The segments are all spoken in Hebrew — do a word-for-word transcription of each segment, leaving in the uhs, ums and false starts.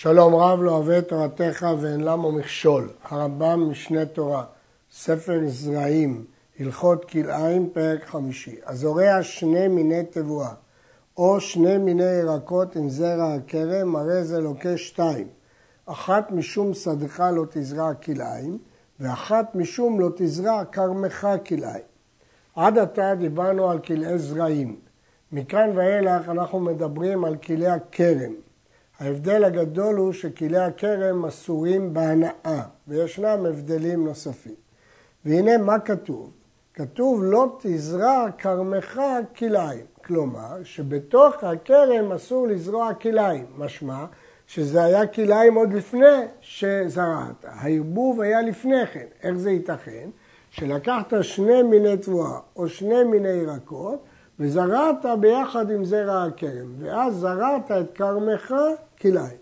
שלום רב לא אוהב את תורתך ואין למו מכשול. הרמב"ם משנה תורה, ספר זרעים, הלכות כלאיים, פרק חמישי. הזורע שני מיני תבואה, או שני מיני ירקות עם זרע הכרם, הרי זה לוקה שתיים. אחת משום שדך לא תזרע כלאיים, ואחת משום לא תזרע כרמך כלאיים. עד עתה דיברנו על כלאי זרעים. מכאן ואילך אנחנו מדברים על כלאי הכרם. ההבדל הגדול הוא שכלאי הכרם אסורים בהנאה, וישנם הבדלים נוספים. והנה מה כתוב? כתוב לא תזרע כרמך כלאיים. כלומר, שבתוך הכרם אסור לזרוע כלאיים. משמע שזה היה כלאיים עוד לפני שזרעת. הערבוב היה לפני כן. איך זה ייתכן? שלקחת שני מיני תבואה או שני מיני ירקות, וזרעת ביחד עם זרע הכרם, ואז זרעת את כרמך כלאיים.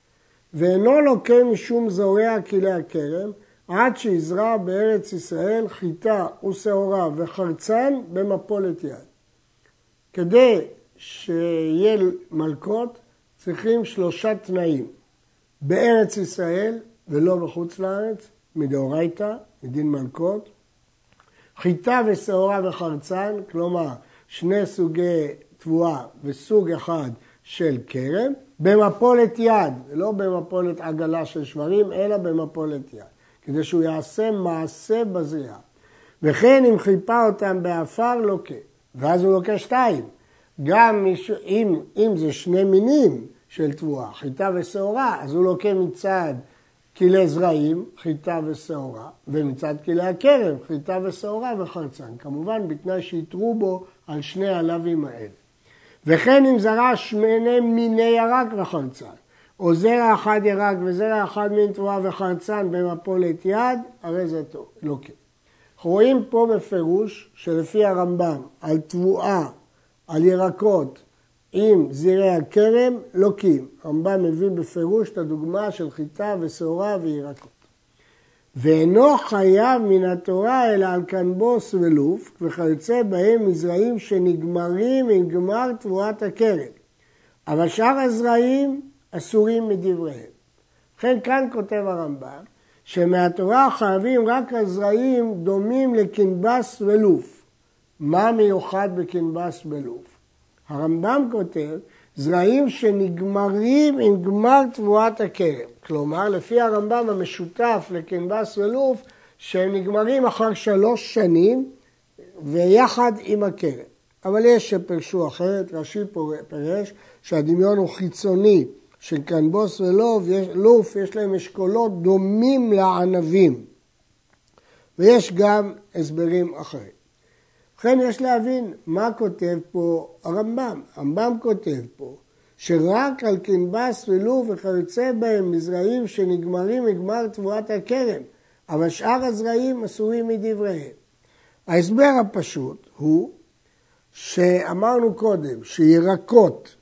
ואינו לוקה משום זורע כלאי הכרם, עד שיזרע בארץ ישראל חיטה ושעורה וחרצן במפולת יד. כדי שיהיה מלקות צריכים שלושה תנאים. בארץ ישראל ולא בחוץ לארץ, מדאורייתא, מדין מלקות. חיטה ושעורה וחרצן, כלומר שני סוגי תבואה וסוג אחד של כרם, במפולת יד, לא במפולת עגלה של שברים, אלא במפולת יד, כדי שהוא יעשה מעשה בזריעה. וכן אם חיפה אותם באפר לוקה, ואז הוא לוקה שתיים. גם אם, אם זה שני מינים של תבואה, חיטה ושעורה, אז הוא לוקה מצד כלאי זרעים, חיטה ושעורה, ומצד כלאי הכרם, חיטה ושעורה וחרצן. כמובן בתנאי שיתרו בו על שני הלווים האלה. וכן אם זרע שני מיני ירק וחרצן, או זרע אחד ירק וזרע אחד מין תבואה וחרצן במפולת יד, הרי זה טוב, לוקה. אנחנו רואים פה בפירוש שלפי הרמב"ם על תבואה, על ירקות עם זרעי הכרם, לוקים. הרמב"ם מביא בפירוש את הדוגמה של חיטה ושעורה וירקות. ואינו חייב מן התורה אלא על כנבוס ולוף, וכיוצא בהם מזרעים שנגמרים עם גמר תבואת הכרם. אבל שאר הזרעים אסורים מדבריהם. לכן כאן כותב הרמב"ם, שמהתורה חייבים רק הזרעים דומים לכנבס ולוף. מה מיוחד בכנבס ולוף? הרמב"ם כותב, זרעים שנגמרים עם גמר תבואת הכרם. כלומר, לפי הרמב"ם המשותף לכנבס ולוף, שהם נגמרים אחר שלוש שנים ויחד עם הכרם. אבל יש שפרשו אחרת, רש"י פרש שהדמיון הוא חיצוני של כנבוס ולוף, יש להם אשכולות דומים לענבים. ויש גם הסברים אחרים. לכן יש להבין מה כותב פה הרמב"ם. הרמב"ם כותב פה שרק על כנבס ולוף וכיוצא בהם מזרעים שנגמרים מגמר תבואת הכרם, אבל שאר הזרעים אסורים מדבריהם. ההסבר הפשוט הוא שאמרנו קודם שירקות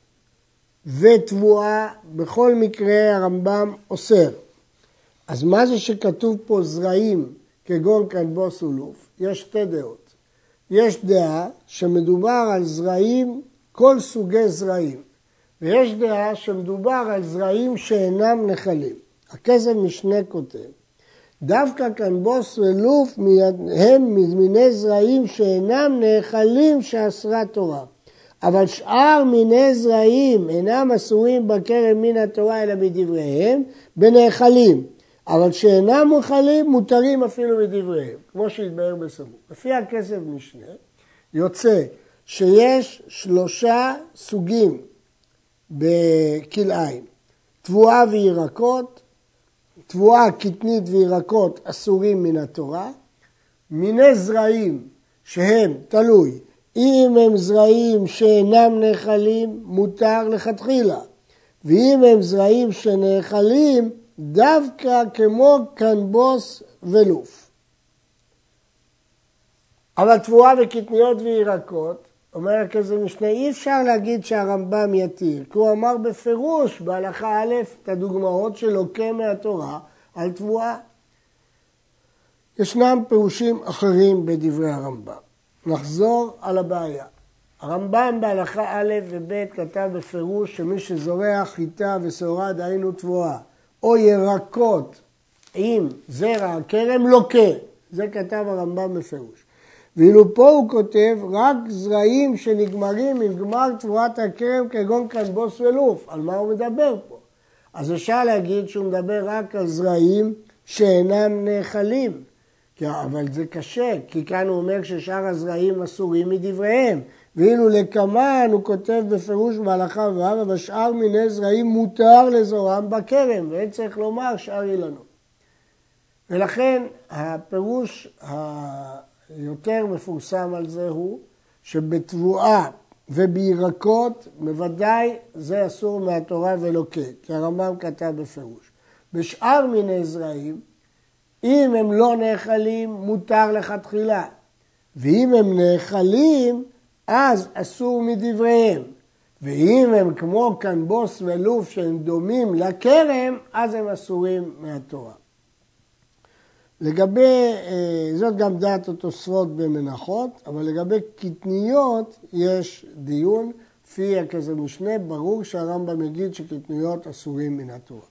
ותבואה בכל מקרה הרמב"ם אוסר. אז מה זה שכתוב פה זרעים כגון כנבוס ולוף? יש שתי דעות. יש דעה שמדובר על זרעים, כל סוגי זרעים, ויש דעה שמדובר על זרעים שאינם נחלים. הכסף משנה כותב, דווקא כנבוס ולוף הם מיני זרעים שאינם נחלים שאסרה תורה, אבל שאר מיני זרעים אינם אסורים בכרם מן התורה אלא מדבריהם בנחלים. אבל שאינם מוכלים מותרים אפילו מדבריהם, כמו שהתבאר בסמוך. לפי הכסף משנה, יוצא שיש שלושה סוגים בכלאיים. תבואה וירקות, תבואה קטנית וירקות אסורים מן התורה, מיני זרעים שהם תלוי, אם הם זרעים שאינם נחלים מותר לכתחילה, ואם הם זרעים שנחלים, דווקא כמו כנבוס ולוף. אבל תבואה וקטניות וירקות, אומר הכסף משנה, אי אפשר להגיד שהרמב"ם יתיר, כי הוא אמר בפירוש בהלכה א' את הדוגמאות שלוקה מהתורה על תבואה. ישנם פירושים אחרים בדברי הרמב"ם. נחזור על הבעיה. הרמב"ם בהלכה א' וב' כתב בפירוש שמי שזורע חיטה ושעורה דהיינו תבואה, או ירקות עם זרע הכרם לוקה. זה כתב הרמב"ם בפירוש. ואילו פה הוא כותב רק זרעים שנגמרים עם גמר תבואת הכרם כגון קנבוס ולוף. על מה הוא מדבר פה? אז אפשר להגיד שהוא מדבר רק על זרעים שאינם נאכלים. אבל זה קשה, כי כאן הוא אומר ששאר הזרעים אסורים מדבריהם. ואילו לכמן הוא כותב בפירוש בהלכה ו' אבל שאר מיני זרעים מותר לזורם בכרם, ואין צריך לומר שאר אילנות. ולכן הפירוש היותר מפורסם על זה הוא שבתבואה ובירקות בוודאי זה אסור מהתורה ולוקה, כי הרמב"ם כתב בפירוש. בשאר מיני זרעים, אם הם לא נאכלים מותר לכתחילה, ואם הם נאכלים אז אסור מדבריהם, ואם הם כמו קנבוס ולוף שהם דומים לכרם, אז הם אסורים מהתורה. לגבי, זאת גם דעת התוספות במנחות, אבל לגבי קטניות יש דיון, לפי הכזה משנה, ברור שהרמב"ם יגיד שקטניות אסורים מן התורה.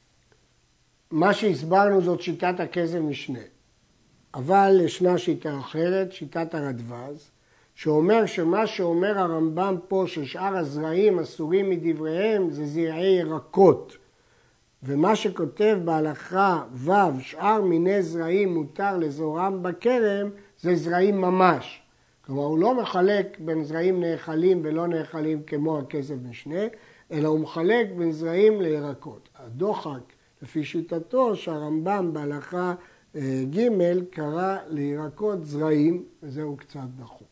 מה שהסברנו זאת שיטת הכזה משנה, אבל ישנה שיטה אחרת, שיטת הרדווז, שאומר שמה שאומר הרמב"ם פה ששאר הזרעים אסורים מדבריהם זה זרעי ירקות. ומה שכותב בהלכה ו' שאר מיני זרעים מותר לזורם בכרם זה זרעים ממש. כלומר הוא לא מחלק בין זרעים נאכלים ולא נאכלים כמו הכסף משנה, אלא הוא מחלק בין זרעים לירקות. הדוחק לפי שיטתו שהרמב"ם בהלכה ג' קרא לירקות זרעים, וזהו קצת דחוק.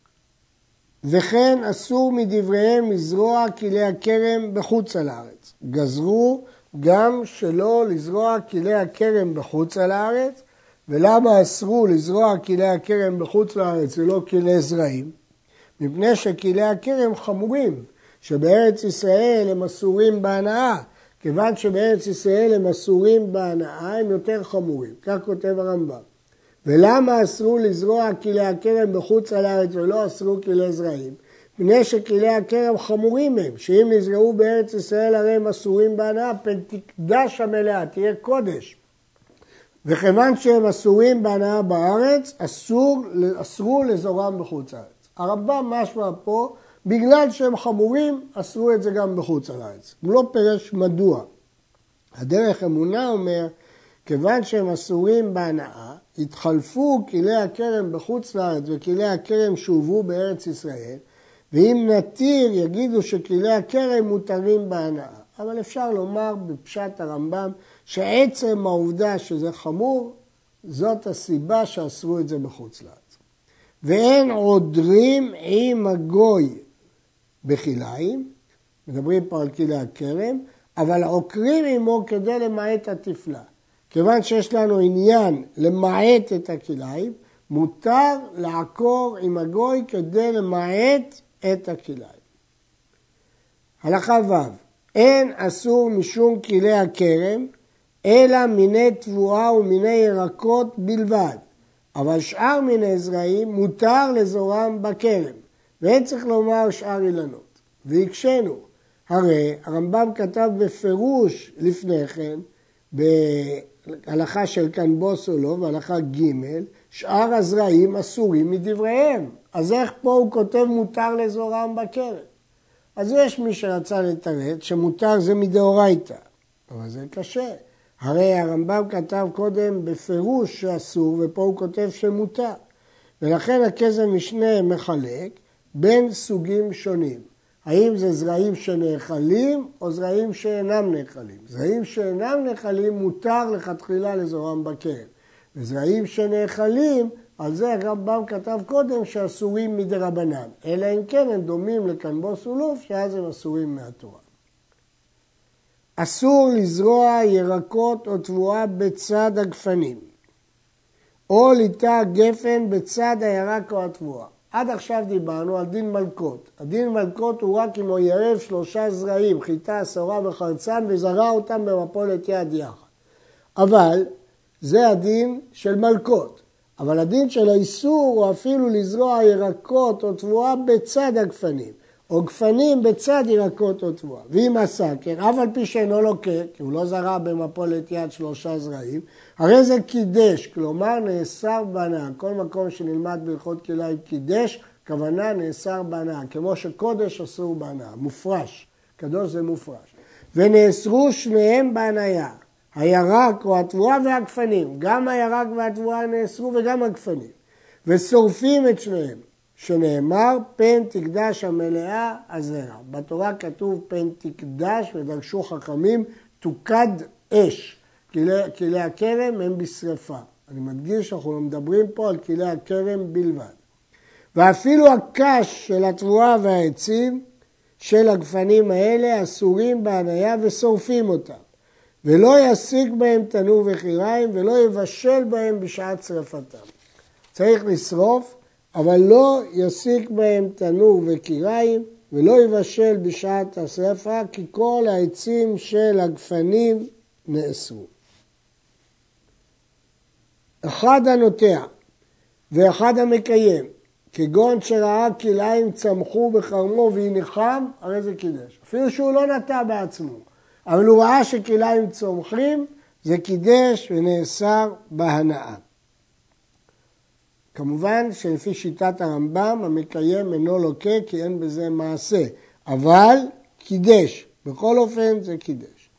וכן אסור מדבריהם לזרוע כלי הכרם בחוץ על הארץ. גזרו גם שלא לזרוע כלי הכרם בחוץ על הארץ, ולמה אסרו לזרוע כלי הכרם בחוץ לארץ ולא כלי זרעים? מפני שכלי הכרם חמורים, שבארץ ישראל הם אסורים בהנאה, כיוון שבארץ ישראל הם אסורים בהנאה, הם יותר חמורים. כך כותב הרמב"ם. ולמה אסרו לזרוע כלי הכרם בחוץ על הארץ ולא אסרו כלי זרעים? מפני שכלי הכרם חמורים הם, שאם נזרעו בארץ ישראל הרי הם אסורים בהנאה, פן תקדש המלאה, תהיה קודש. וכיוון שהם אסורים בהנאה בארץ, אסור, אסרו לזורם בחוץ לארץ. הרמב"ם משמע פה, בגלל שהם חמורים, אסרו את זה גם בחוץ לארץ. הוא לא פירש מדוע. הדרך אמונה אומר, כיוון שהם אסורים בהנאה, התחלפו כלי הכרם בחוץ לארץ וכלי הכרם שהובאו בארץ ישראל, ואם נתיר יגידו שכלי הכרם מותרים בהנאה. אבל אפשר לומר בפשט הרמב"ם שעצם העובדה שזה חמור, זאת הסיבה שאסרו את זה בחוץ לארץ. ואין עודרים עם הגוי בכליים, מדברים פה על כלי הכרם, אבל עוקרים עמו כדי למעט התפלה. כיוון שיש לנו עניין למעט את הכליים, מותר לעקור עם הגוי כדי למעט את הכליים. הלכה ו' אין אסור משום כלי הכרם, אלא מיני תבואה ומיני ירקות בלבד. אבל שאר מיני זרעים מותר לזורם בכרם, ואין צריך לומר שאר אילנות. ויקשנו, הרי הרמב"ם כתב בפירוש לפני כן, בהלכה של קנבוס או לא, והלכה ג' שאר הזרעים אסורים מדבריהם. אז איך פה הוא כותב מותר לזורם בכרם? אז יש מי שרצה לתרד שמותר זה מדאורייתא, אבל זה קשה. הרי הרמב"ם כתב קודם בפירוש שאסור, ופה הוא כותב שמותר. ולכן הכזה משנה מחלק בין סוגים שונים. האם זה זרעים שנאכלים או זרעים שאינם נאכלים? זרעים שאינם נאכלים מותר לכתחילה לזורם בכרם. וזרעים שנאכלים, על זה הרמב"ם כתב קודם שאסורים מדרבנן. אלא אם כן הם דומים לקנבוס ולוף, שאז הם אסורים מהתורה. אסור לזרוע ירקות או תבואה בצד הגפנים, או ליטה גפן בצד הירק או התבואה. עד עכשיו דיברנו על דין מלכות. הדין מלכות הוא רק אם הוא ירב שלושה זרעים, חיטה, שעורה וחרצן, וזרע אותם במפולת יד יחד. אבל זה הדין של מלכות. אבל הדין של האיסור הוא אפילו לזרוע ירקות או תבואה בצד הגפנים, או גפנים בצד ירקות או תבואה. ואם עשה כן, אף על פי שאינו לוקה, כי הוא לא זרע במפולת יד שלושה זרעים, הרי זה קידש, כלומר נאסר בהנאה. כל מקום שנלמד בהלכות כלאיים קידש, כוונה נאסר בהנאה, כמו שקודש אסור בהנאה, מופרש, קדוש זה מופרש. ונאסרו שניהם בהניה, הירק או התבואה והגפנים, גם הירק והתבואה נאסרו וגם הגפנים, ושורפים את שניהם, שנאמר פן תקדש המלאה הזרע. בתורה כתוב פן תקדש ודרשו חכמים תוקד אש, כלי הכרם הם בשרפה. אני מדגיש שאנחנו לא מדברים פה על כלי הכרם בלבד. ואפילו הקש של התבואה והעצים של הגפנים האלה אסורים בהניה ושורפים אותם. ולא יסיק בהם תנור וחיריים ולא יבשל בהם בשעת שרפתם. צריך לשרוף, אבל לא יסיק בהם תנור וקיריים ולא יבשל בשעת השרפה, כי כל העצים של הגפנים נאסרו. אחד הנוטע ואחד המקיים, כגון שראה כלאיים צמחו בחרמו והניחם, הרי זה קידש. אפילו שהוא לא נטע בעצמו, אבל הוא ראה שכלאיים צומחים, זה קידש ונאסר בהנאה. כמובן שלפי שיטת הרמב"ם, המקיים אינו לוקה כי אין בזה מעשה, אבל קידש, בכל אופן זה קידש.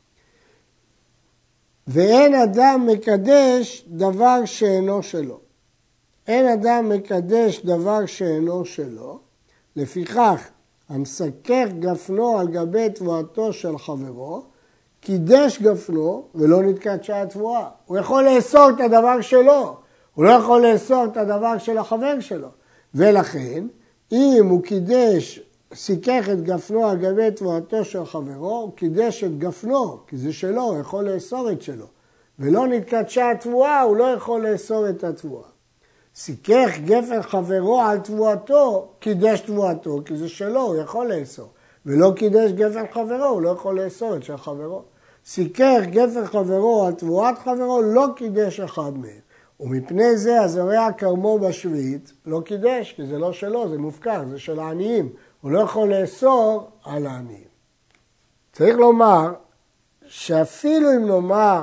ואין אדם מקדש דבר שאינו שלו. אין אדם מקדש דבר שאינו שלו, לפיכך המסכך גפנו על גבי תבואתו של חברו, קידש גפנו ולא נתקדשה התבואה. הוא יכול לאסור את הדבר שלו, הוא לא יכול לאסור את הדבר של החבר שלו. ולכן, אם הוא קידש, סיכך את גפנו על גבי תבואתו של חברו, הוא קידש את גפנו, כי זה שלו, הוא יכול לאסור את שלו. ולא נתקדשה התבואה, הוא לא יכול לאסור את התבואה. סיכך גפן חברו על תבואתו, קידש תבואתו, כי זה שלו, הוא יכול לאסור. ולא קידש גפן חברו, הוא לא יכול לאסור את של חברו. סיכך גפן חברו על תבואת חברו, לא קידש אחד מהם. ומפני זה הזרע כרמו בשביעית לא קידש, כי זה לא שלו, זה מופקר, זה של העניים. הוא לא יכול לאסור על העניים. צריך לומר שאפילו אם נאמר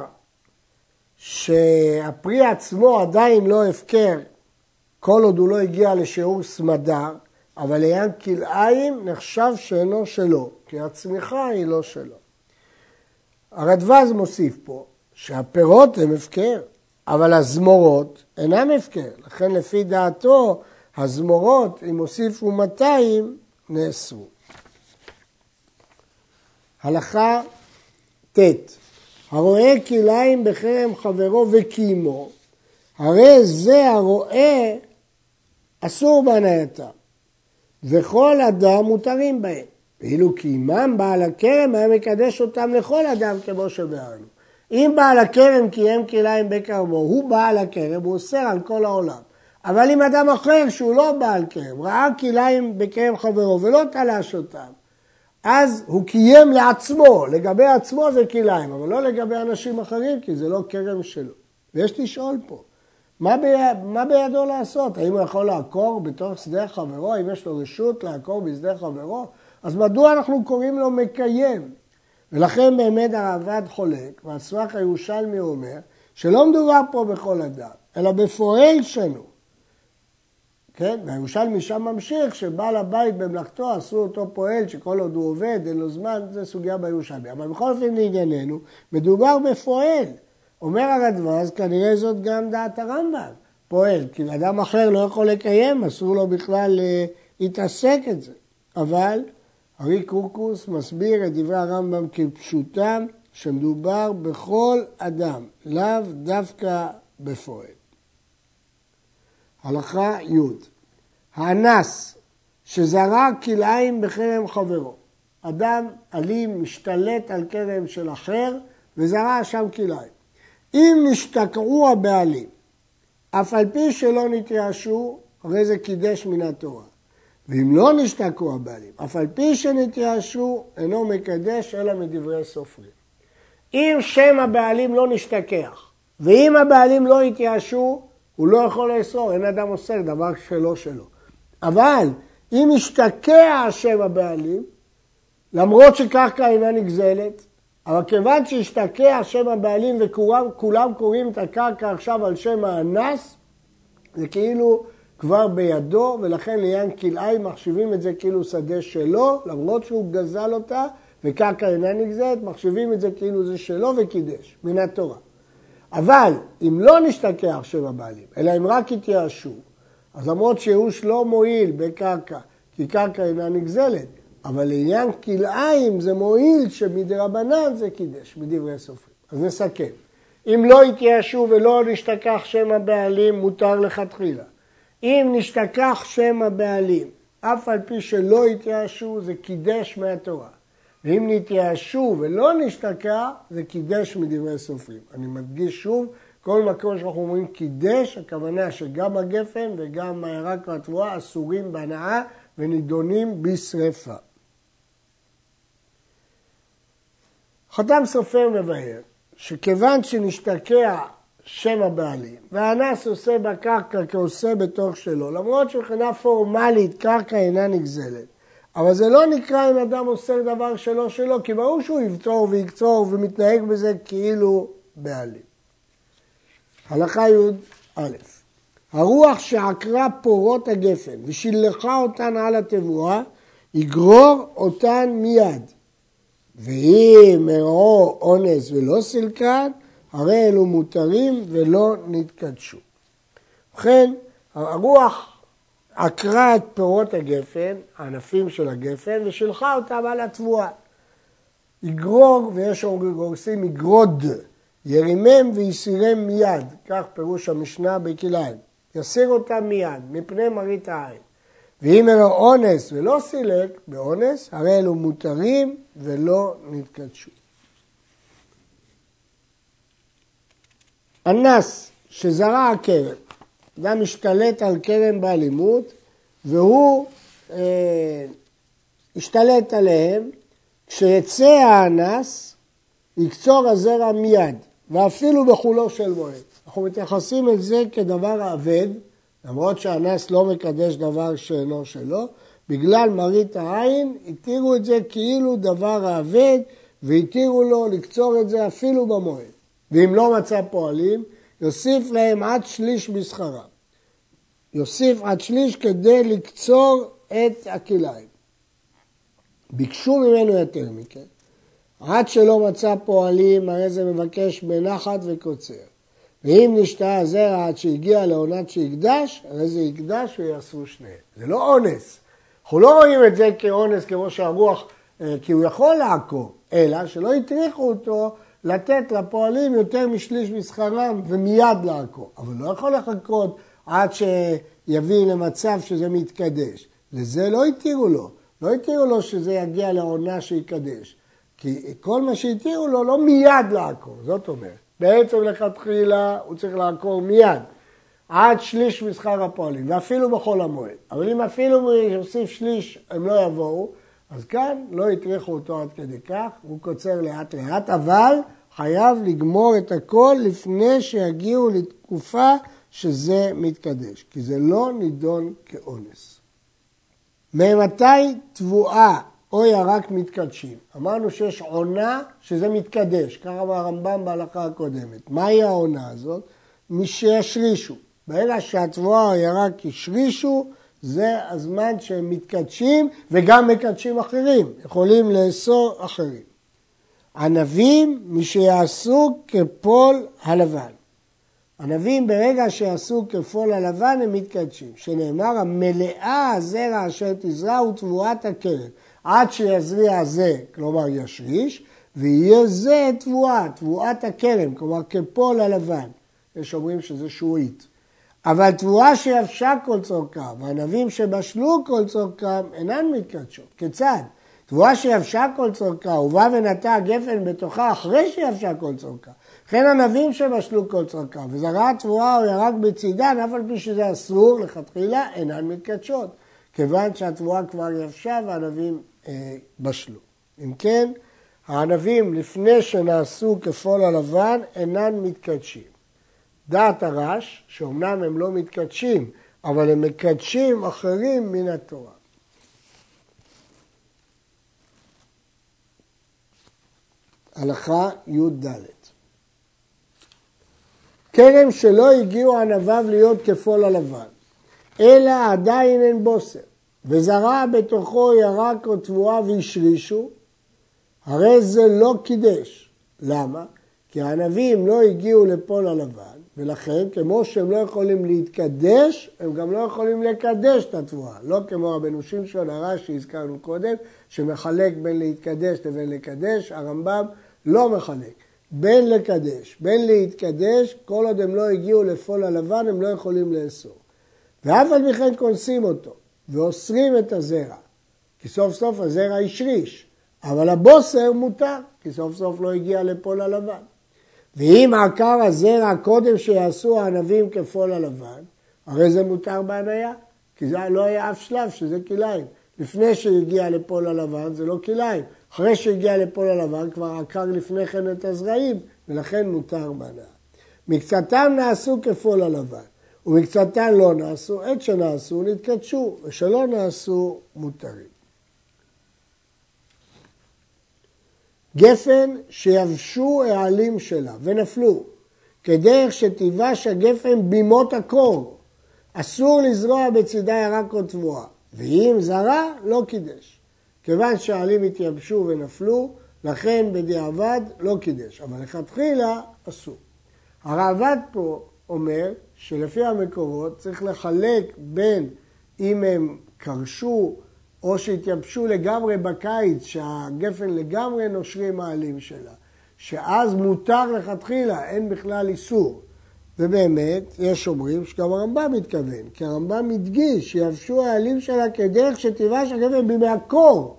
שהפרי עצמו עדיין לא הפקר, כל עוד הוא לא הגיע לשיעור סמדר, אבל לעניין כלאיים נחשב שאינו שלו, כי הצמיחה היא לא שלו. הרדב"ז מוסיף פה שהפירות הם הפקר, אבל הזמורות אינם הפקר. לכן לפי דעתו, הזמורות, אם הוסיפו מאתיים, נאסרו. הלכה ט' הרואה כלאיים בחרם חברו וקיימו, הרי זה הרואה אסור בהנייתם, וכל אדם מותרים בהם. ואילו קיימם בעל הכרם היה מקדש אותם לכל אדם כמו שבארנו. אם בעל הכרם קיים כלאיים בכרמו, הוא בעל הכרם, הוא אוסר על כל העולם. אבל אם אדם אחר שהוא לא בעל כרם, ראה כלאיים בכרם חברו ולא תלש אותם, אז הוא קיים לעצמו, לגבי עצמו זה כלאיים, אבל לא לגבי אנשים אחרים, כי זה לא כרם שלו. ויש לשאול פה, מה, ביד, מה בידו לעשות? האם הוא יכול לעקור בתוך שדה חברו? האם יש לו רשות לעקור בשדה חברו? אז מדוע אנחנו קוראים לו מקיים? ולכן באמת הרעב"ד חולק, והסמך הירושלמי אומר, שלא מדובר פה בכל אדם, אלא בפועל שלנו. כן? והירושלמי שם ממשיך, שבעל הבית במלאכתו עשו אותו פועל, שכל עוד הוא עובד, אין לו זמן, זה סוגיה בירושלמי. אבל בכל אופן לענייננו, מדובר בפועל. אומר הרדב"ז, כנראה זאת גם דעת הרמב"ם, פועל, כי אדם אחר לא יכול לקיים, אסור לו בכלל להתעסק את זה. אבל ארי קורקוס מסביר את דברי הרמב"ם כפשוטם, שמדובר בכל אדם, לאו דווקא בפועל. הלכה י' האנס שזרע כלאיים בחרם חברו. אדם אלים משתלט על כרם של אחר וזרע שם כלאיים. אם נשתקעו הבעלים, אף על פי שלא נתייאשו, הרי זה קידש מן התורה. ואם לא נשתקעו הבעלים, אף על פי שנתייאשו, אינו מקדש אלא מדברי סופרים. אם שם הבעלים לא נשתכח, ואם הבעלים לא התייאשו, הוא לא יכול לאסור, אין אדם אוסר דבר שלא שלו. אבל אם השתקע השם הבעלים, למרות שקרקע אינה נגזלת, אבל כיוון שהשתקע השם הבעלים וכולם קוראים את הקרקע עכשיו על שם האנס, זה כאילו כבר בידו, ולכן לעניין כלאיים מחשיבים את זה כאילו שדה שלו, למרות שהוא גזל אותה, וקרקע אינה נגזלת, מחשיבים את זה כאילו זה שלו וקידש, מן התורה. אבל אם לא נשתקע שם הבעלים, אלא אם רק התייאשו, אז למרות שייאוש לא מועיל בקרקע, כי קרקע אינה נגזלת, אבל לעניין כלאיים זה מועיל שמדרבנן זה קידש, מדברי סופרים. אז נסכם. אם לא התייאשו ולא נשתכח שם הבעלים, מותר לכתחילה. אם נשתכח שם הבעלים, אף על פי שלא התייאשו, זה קידש מהתורה. ואם נתייאשו ולא נשתכח, זה קידש מדברי סופרים. אני מדגיש שוב, כל מקום שאנחנו אומרים קידש, הכוונה שגם הגפן וגם הירק והתבואה אסורים בהנאה ונידונים בשרפה. חתם סופר מבאר שכיוון שנשתקע שם הבעלים והאנס עושה בקרקע כעושה בתוך שלו, למרות שמבחינה פורמלית קרקע אינה נגזלת, אבל זה לא נקרא אם אדם עושה דבר שלו שלו, כי ברור שהוא יבצור ויקצור ומתנהג בזה כאילו בעלים. הלכה י' א', הרוח שעקרה פורות הגפן ושילחה אותן על התבואה, יגרור אותן מיד. ואם מראו אונס ולא סילקן, הרי אלו מותרים ולא נתקדשו. ובכן, הרוח עקרה את פירות הגפן, הענפים של הגפן, ושילחה אותם על התבואה. יגרור, ויש גורסים יגרוד, ירימם ויסירם מיד, כך פירוש המשנה בכלאיים. יסיר אותם מיד, מפני מראית העין. ואם מראו אונס ולא סילק, באונס, הרי אלו מותרים ולא נתקדשו. אנס שזרע הכרם, אדם משתלט על כרם באלימות, והוא אה, השתלט עליהם, כשיצא האנס, יקצור הזרע מיד, ואפילו בחולו של מועד. אנחנו מתייחסים את זה כדבר האבד, למרות שהאנס לא מקדש דבר שאינו שלו, בגלל מראית העין, התירו את זה כאילו דבר האבד, והתירו לו לקצור את זה אפילו במועד. ואם לא מצא פועלים, יוסיף להם עד שליש בשכרם. יוסיף עד שליש כדי לקצור את הכלאיים. ביקשו ממנו יותר מכן. עד שלא מצא פועלים, הרי זה מבקש בנחת וקוצר. ואם נשתה הזרע עד שהגיע לעונת שהקדש, הרי זה יקדש ויעשו שניהם. זה לא אונס. אנחנו לא רואים את זה כאונס כמו שהרוח, כי הוא יכול לעקור, אלא שלא יטריחו אותו לתת לפועלים יותר משליש משכרם ומיד לעקור. אבל לא יכול לחכות עד שיביא למצב שזה מתקדש. לזה לא יתירו לו. לא יתירו לו שזה יגיע לעונה שיקדש. כי כל מה שיתירו לו לא מיד לעקור, זאת אומרת. בעצם לכתחילה הוא צריך לעקור מיד, עד שליש משכר הפועלים, ואפילו בכל המועד. אבל אם אפילו הוא יוסיף שליש הם לא יבואו, אז כאן לא יטריחו אותו עד כדי כך, הוא קוצר לאט לאט, אבל חייב לגמור את הכל לפני שיגיעו לתקופה שזה מתקדש, כי זה לא נידון כאונס. ממתי תבואה או ירק מתקדשים? אמרנו שיש עונה שזה מתקדש, ככה מהרמב"ם בהלכה הקודמת. מהי העונה הזאת? מי שישרישו. ברגע שהתבואה או ירק ישרישו, זה הזמן שהם מתקדשים וגם מקדשים אחרים, יכולים לאסור אחרים. ענבים מי שיעשו כפול הלבן. ענבים ברגע שיעשו כפול הלבן הם מתקדשים. שנאמר המלאה הזרע אשר תזרע הוא תבואת הכרם. עד שיזריע זה, כלומר ישריש, ויהיה זה תבואה, תבואת הכרם, כלומר כפול הלבן. יש אומרים שזה שועית. אבל תבואה שיבשה כל צורכם, והענבים שבשלו כל צורכם, אינן מתקדשות. כיצד? תבואה שיבשה כל צורכה, ובא ונטע הגפן בתוכה אחרי שיבשה כל צורכה. לכן ענבים שבשלו כל צורכה, וזרע תבואה או ירק בצידן, אף על פי שזה אסור לכתחילה, אינן מתקדשות. כיוון שהתבואה כבר יבשה והענבים אה, בשלו. אם כן, הענבים לפני שנעשו כפול הלבן, אינן מתקדשים. דעת הרש, שאומנם הם לא מתקדשים, אבל הם מקדשים אחרים מן התורה. הלכה י"ד. כרם שלא הגיעו ענביו להיות כפול הלבן, אלא עדיין אין בוסר, וזרע בתוכו ירק או תבואה והשרישו, הרי זה לא קידש. למה? כי הענבים לא הגיעו לפול הלבן, ולכן כמו שהם לא יכולים להתקדש, הם גם לא יכולים לקדש את התבואה. לא כמו רבנו שמשון הרש שהזכרנו קודם, שמחלק בין להתקדש לבין לקדש, הרמב"ם לא מחלק. בין לקדש, בין להתקדש, כל עוד הם לא הגיעו לפול הלבן, הם לא יכולים לאסור. ואף על מכן כונסים אותו, ואוסרים את הזרע, כי סוף סוף הזרע ישריש, אבל הבוסר מותר, כי סוף סוף לא הגיע לפול הלבן. ואם עקר הזרע קודם שיעשו הענבים כפול הלבן, הרי זה מותר בהניה, כי זה לא היה אף שלב שזה כליים. לפני שהגיע לפול הלבן זה לא כליים, אחרי שהגיע לפול הלבן כבר עקר לפני כן את הזרעים, ולכן מותר בהניה. מקצתם נעשו כפול הלבן, ומקצתם לא נעשו, עת שנעשו נתקדשו, ושלא נעשו מותרים. גפן שיבשו העלים שלה ונפלו, כדרך שתיבש הגפן בימות הקור, אסור לזרוע בצידה ירק או תבואה, ואם זרע לא קידש. כיוון שהעלים התייבשו ונפלו, לכן בדיעבד לא קידש, אבל לכתחילה אסור. הראב"ד פה אומר שלפי המקורות צריך לחלק בין אם הם קרשו או שהתייבשו לגמרי בקיץ, שהגפן לגמרי נושרים העלים שלה, שאז מותר לכתחילה, אין בכלל איסור. ובאמת, יש אומרים שגם הרמב"ם מתכוון, כי הרמב"ם מדגיש שיבשו העלים שלה כדרך שתיבש הגפן בימי הקור,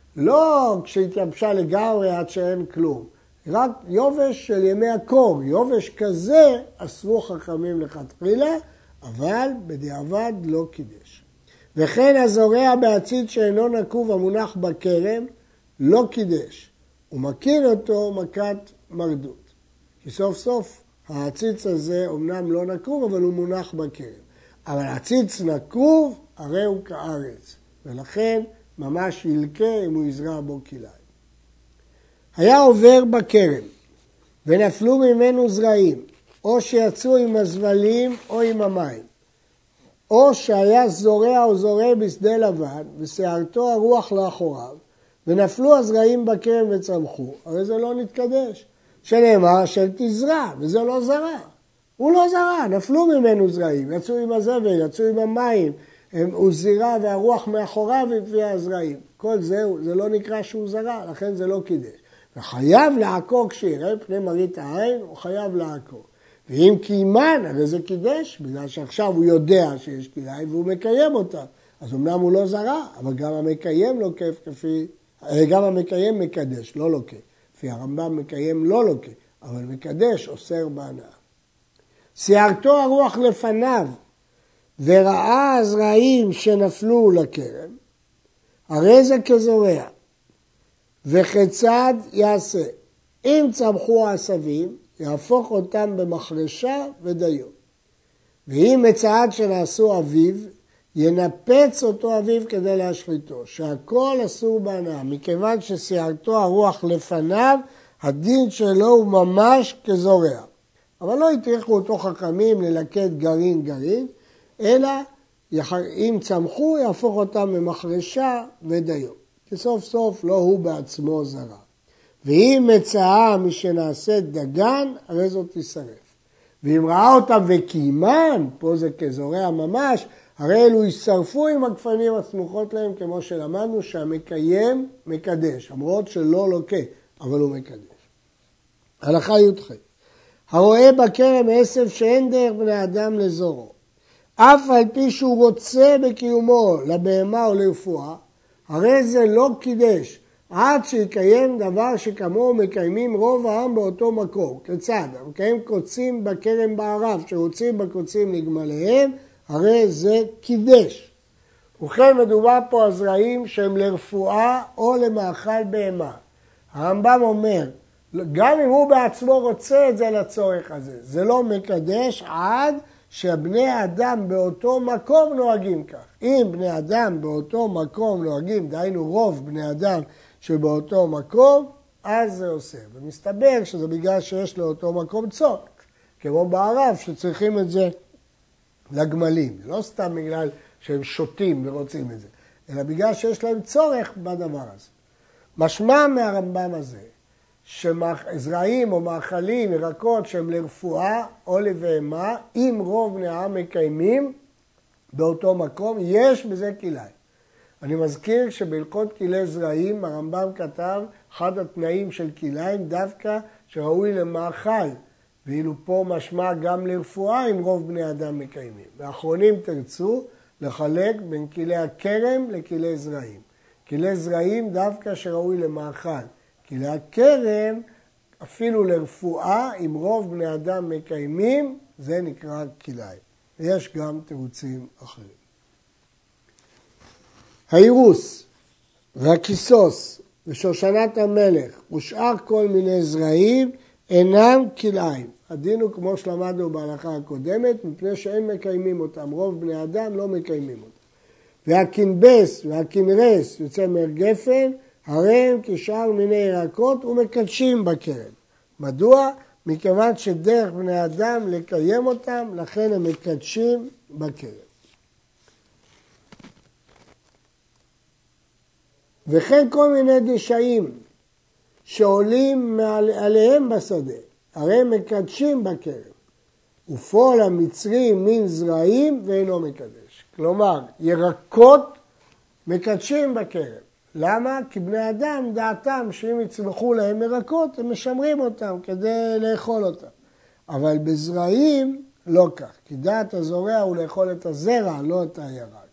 לא כשהתייבשה לגמרי עד שאין כלום, רק יובש של ימי הקור, יובש כזה אסרו חכמים לכתחילה, אבל בדיעבד לא קידש. וכן הזורע בעציץ שאינו נקוב המונח בכרם, לא קידש. הוא מכין אותו מכת מרדות. כי סוף סוף העציץ הזה אומנם לא נקוב, אבל הוא מונח בכרם. אבל העציץ נקוב, הרי הוא כארץ. ולכן ממש ילקה אם הוא יזרע בו כליים. היה עובר בכרם, ונפלו ממנו זרעים, או שיצאו עם הזבלים או עם המים. או שהיה זורע או זורע בשדה לבן, ושערתו הרוח לאחוריו, ונפלו הזרעים בכרם וצמחו, הרי זה לא נתקדש. שנאמר של תזרע, וזה לא זרע. הוא לא זרע, נפלו ממנו זרעים, יצאו עם הזבל, יצאו עם המים, הוא זירה והרוח מאחוריו הביאה הזרעים. כל זה, זה לא נקרא שהוא זרע, לכן זה לא קידש. וחייב לעקור כשיראה פני מראית העין, הוא חייב לעקור. ואם קיימן, הרי זה קידש, בגלל שעכשיו הוא יודע שיש כדאי והוא מקיים אותה. אז אמנם הוא לא זרע, אבל גם המקיים לוקף כפי, גם המקיים מקדש, לא לוקף. לפי הרמב"ם מקיים לא לוקף, אבל מקדש אוסר בהנאה. שערתו הרוח לפניו, וראה הזרעים שנפלו לכרם, הרי זה כזורע, וכיצד יעשה? אם צמחו העשבים, יהפוך אותם במחרשה ודיו. ואם מצעד שנעשו אביו, ינפץ אותו אביו כדי להשחיתו, שהכל אסור בהנאה, מכיוון ששערתו הרוח לפניו, הדין שלו הוא ממש כזורע. אבל לא יטריחו אותו חכמים ללקט גרעין גרעין, אלא אם צמחו, יהפוך אותם במחרשה ודיו. כי סוף סוף לא הוא בעצמו זרע. ואם מצאה משנעשית דגן, הרי זאת תשרף. ואם ראה אותם וקיימן, פה זה כזורע ממש, הרי אלו ישרפו עם הגפנים הסמוכות להם, כמו שלמדנו שהמקיים מקדש, למרות שלא לוקה, אבל הוא מקדש. הלכה י"ח. הרואה בכרם עשב שאין דרך בני אדם לזורו, אף על פי שהוא רוצה בקיומו לבהמה או לרפואה, הרי זה לא קידש, עד שיקיים דבר שכמוהו מקיימים רוב העם באותו מקום. כיצד? מקיים קוצים בכרם בערב, שרוצים בקוצים לגמליהם, הרי זה קידש. וכן מדובר פה על זרעים שהם לרפואה או למאכל בהמה. הרמב"ם אומר, גם אם הוא בעצמו רוצה את זה לצורך הזה. זה לא מקדש עד שבני האדם באותו מקום נוהגים כך. אם בני אדם באותו מקום נוהגים, דהיינו רוב בני אדם שבאותו מקום, אז זה עושה. ומסתבר שזה בגלל שיש לאותו מקום צורך, כמו בערב שצריכים את זה לגמלים. לא סתם בגלל שהם שותים ורוצים את זה, אלא בגלל שיש להם צורך בדבר הזה. משמע מהרמב"ם הזה, שזרעים או מאכלים, ירקות שהם לרפואה או לבהמה, אם רוב בני העם מקיימים באותו מקום, יש בזה כלאיים. אני מזכיר שבהלכות כלי זרעים הרמב"ם כתב אחד התנאים של כלאיים דווקא שראוי למאכל, ואילו פה משמע גם לרפואה אם רוב בני אדם מקיימים. ואחרונים תרצו לחלק בין כלי הכרם לכלי זרעים. כלי זרעים דווקא שראוי למאכל. כלי הכרם אפילו לרפואה אם רוב בני אדם מקיימים, זה נקרא כלאיים. יש גם תירוצים אחרים. האירוס והכיסוס ושושנת המלך ושאר כל מיני זרעים אינם כלאיים. הדין הוא כמו שלמדנו בהלכה הקודמת, מפני שאין מקיימים אותם. רוב בני אדם לא מקיימים אותם. והכנבס והכנרס יוצא מרגפן, הרי הם כשאר מיני ירקות ומקדשים בכרם. מדוע? מכיוון שדרך בני אדם לקיים אותם, לכן הם מקדשים בכרם. וכן כל מיני דשאים שעולים עליהם בשדה, הרי הם מקדשים בכרם. ופועל המצרי מין זרעים ואינו מקדש. כלומר, ירקות מקדשים בכרם. למה? כי בני אדם דעתם שאם יצמחו להם ירקות, הם משמרים אותם כדי לאכול אותם. אבל בזרעים לא כך, כי דעת הזורע הוא לאכול את הזרע, לא את הירק.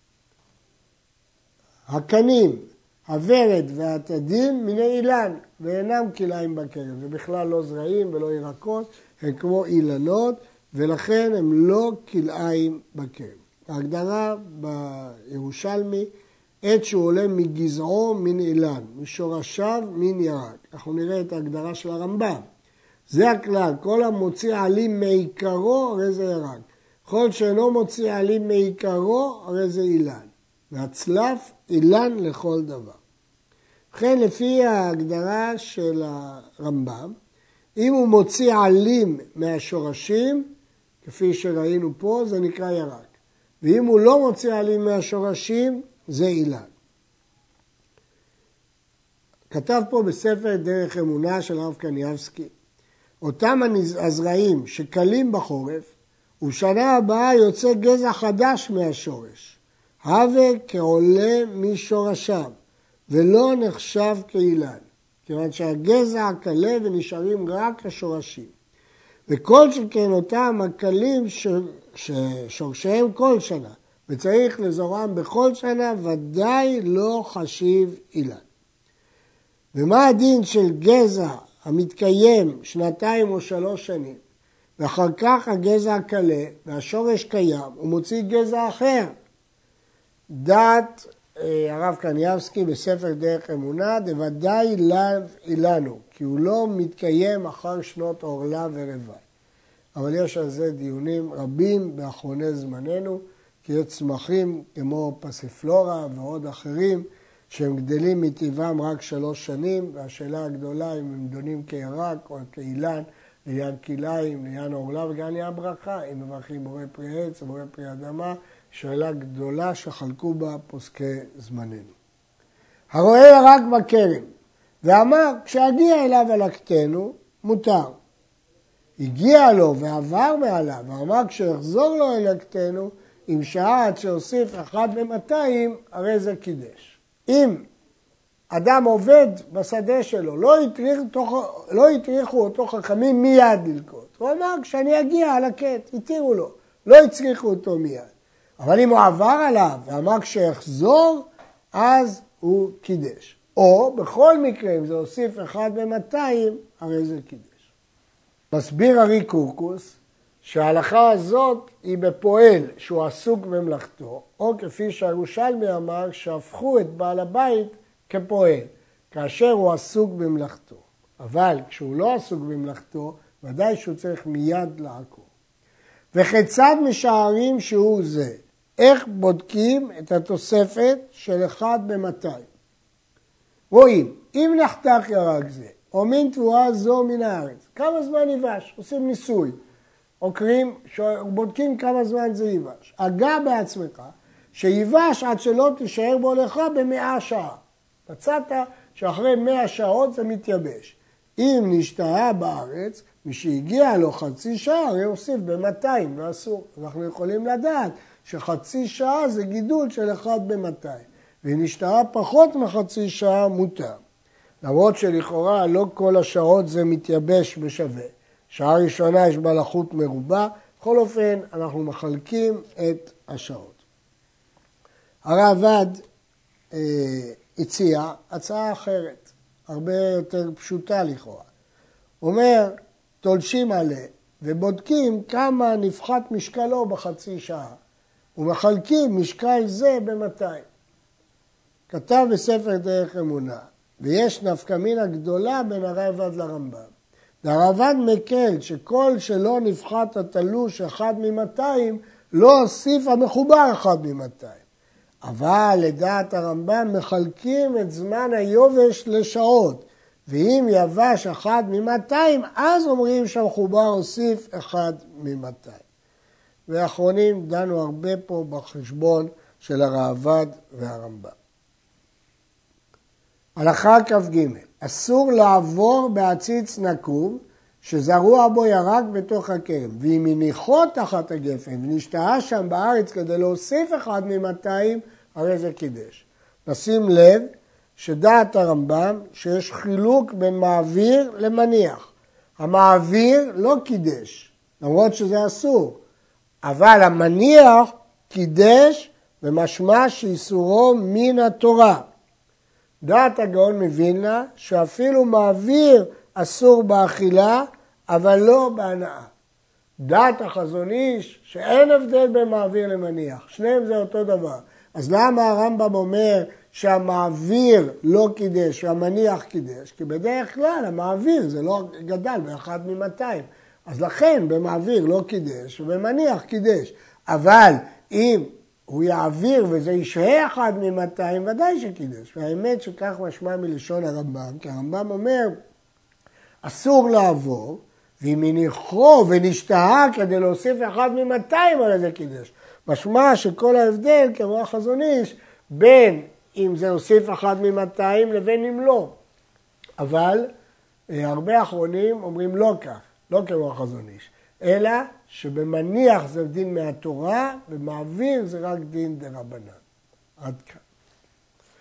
הקנים, הוורד והעתדים מיני אילן, ואינם כלאיים בכרם. זה בכלל לא זרעים ולא ירקות, הם כמו אילנות, ולכן הם לא כלאיים בכרם. ההגדרה בירושלמי, עת שהוא עולה מגזעו מן אילן, משורשיו מן ירק. אנחנו נראה את ההגדרה של הרמב"ם. זה הכלל, כל המוציא עלים מעיקרו, הרי זה ירק. כל שאינו מוציא עלים מעיקרו, הרי זה אילן. והצלף, אילן לכל דבר. וכן לפי ההגדרה של הרמב"ם, אם הוא מוציא עלים מהשורשים, כפי שראינו פה, זה נקרא ירק. ואם הוא לא מוציא עלים מהשורשים, זה אילן. כתב פה בספר דרך אמונה של הרב קניאבסקי, אותם הזרעים שקלים בחורף, ובשנה הבאה יוצא גזע חדש מהשורש, הווה כעולה משורשיו, ולא נחשב כאילן, כיוון שהגזע הקלה ונשארים רק השורשים. וכל שכן אותם הקלים ששורשיהם כל שנה, וצריך לזורעם בכל שנה, ודאי לא חשיב אילן. ומה הדין של גזע המתקיים שנתיים או שלוש שנים, ואחר כך הגזע הקלה והשורש קיים, הוא מוציא גזע אחר? דעת הרב קניאבסקי בספר דרך אמונה, דוודאי לאו אילנו, כי הוא לא מתקיים אחר שנות עורלה ורבעי. אבל יש על זה דיונים רבים באחרוני זמננו, כי יש צמחים כמו פסיפלורה ועוד אחרים, שהם גדלים מטבעם רק שלוש שנים, והשאלה הגדולה אם הם דונים כירק או כאילן, לעניין כלאיים, לעניין עורלה וגם לעניין ברכה, אם מברכים בורא פרי עץ או בורא פרי אדמה, שאלה גדולה שחלקו בה פוסקי זמננו. הרואה ירק בכרם, ואמר, כשהגיע אליו הלקטנו, מותר. הגיע לו ועבר מעליו, ואמר, כשיחזור לו הלקטנו, אם שעה עד שהוסיף אחד במאתיים, הרי זה קידש. אם אדם עובד בשדה שלו, לא הטריחו, לא הטריחו אותו חכמים מיד ללקוט. הוא אמר, כשאני אגיע על הקט, התירו לו, לא הצריכו אותו מיד. אבל אם הוא עבר עליו ואמר כשיחזור, אז הוא קידש. או בכל מקרה, אם זה הוסיף אחד במאתיים, הרי זה קידש. מסביר ארי קורקוס, שההלכה הזאת היא בפועל שהוא עסוק במלאכתו, או כפי שהירושלמי אמר, שהפכו את בעל הבית כפועל, כאשר הוא עסוק במלאכתו. אבל כשהוא לא עסוק במלאכתו, ודאי שהוא צריך מיד לעקור. וכיצד משערים שהוא זה? איך בודקים את התוספת של אחד במאתיים? רואים, אם נחתך ירק זה, או מין תבואה זו מן הארץ, כמה זמן ייבש? עושים ניסוי. עוקרים, בודקים כמה זמן זה ייבש. הגע בעצמך, שיבש עד שלא תישאר בו לך במאה שעה. מצאת שאחרי מאה שעות זה מתייבש. אם נשתהה בארץ, מי שהגיע לו חצי שעה, הרי הוסיף ב-מאתיים, ואסור. אנחנו יכולים לדעת שחצי שעה זה גידול של אחד ב-מאתיים. ואם נשתהה פחות מחצי שעה, מותר. למרות שלכאורה לא כל השעות זה מתייבש בשווה. שעה ראשונה יש בה לחות מרובה, בכל אופן אנחנו מחלקים את השעות. הרעב"ד אה, הציע הצעה אחרת, הרבה יותר פשוטה לכאורה. אומר, תולשים עליה ובודקים כמה נפחת משקלו בחצי שעה, ומחלקים משקל זה ב-מאתיים. כתב בספר דרך אמונה, ויש נפקא מינה גדולה בין הרעב"ד לרמב"ם. והרעב"ד מקל שכל שלא נפחת התלוש אחד ממאתיים, לא הוסיף המחובר אחד ממאתיים. אבל לדעת הרמב"ם מחלקים את זמן היובש לשעות, ואם יבש אחד ממאתיים, אז אומרים שהמחובר הוסיף אחד ממאתיים. ואחרונים דנו הרבה פה בחשבון של הרעב"ד והרמב"ם. הלכה כ"ג, אסור לעבור בעציץ נקוב שזרוע בו ירק בתוך הכרם, ואם הניחו תחת הגפן ונשתהה שם בארץ כדי להוסיף אחד ממאתיים, הרי זה קידש. נשים לב שדעת הרמב"ם שיש חילוק בין מעביר למניח. המעביר לא קידש, למרות שזה אסור, אבל המניח קידש ומשמע שאיסורו מן התורה. דעת הגאון מווילנה שאפילו מעביר אסור באכילה, אבל לא בהנאה. דעת החזון איש שאין הבדל בין מעביר למניח, שניהם זה אותו דבר. אז למה הרמב"ם אומר שהמעביר לא קידש והמניח קידש? כי בדרך כלל המעביר זה לא גדל באחד ממאתיים. אז לכן במעביר לא קידש ובמניח קידש. אבל אם הוא יעביר וזה ישהה אחד ממאתיים, ודאי שקידש. והאמת שכך משמע מלשון הרמב"ם, כי הרמב"ם אומר, אסור לעבור, ואם הניחו ונשתהה כדי להוסיף אחד ממאתיים, על זה קידש. משמע שכל ההבדל, כמו החזון איש, בין אם זה הוסיף אחד ממאתיים לבין אם לא. אבל הרבה אחרונים אומרים לא כך, לא כמו החזון איש, אלא שבמניח זה דין מהתורה, ומעביר זה רק דין דרבנן. עד כאן.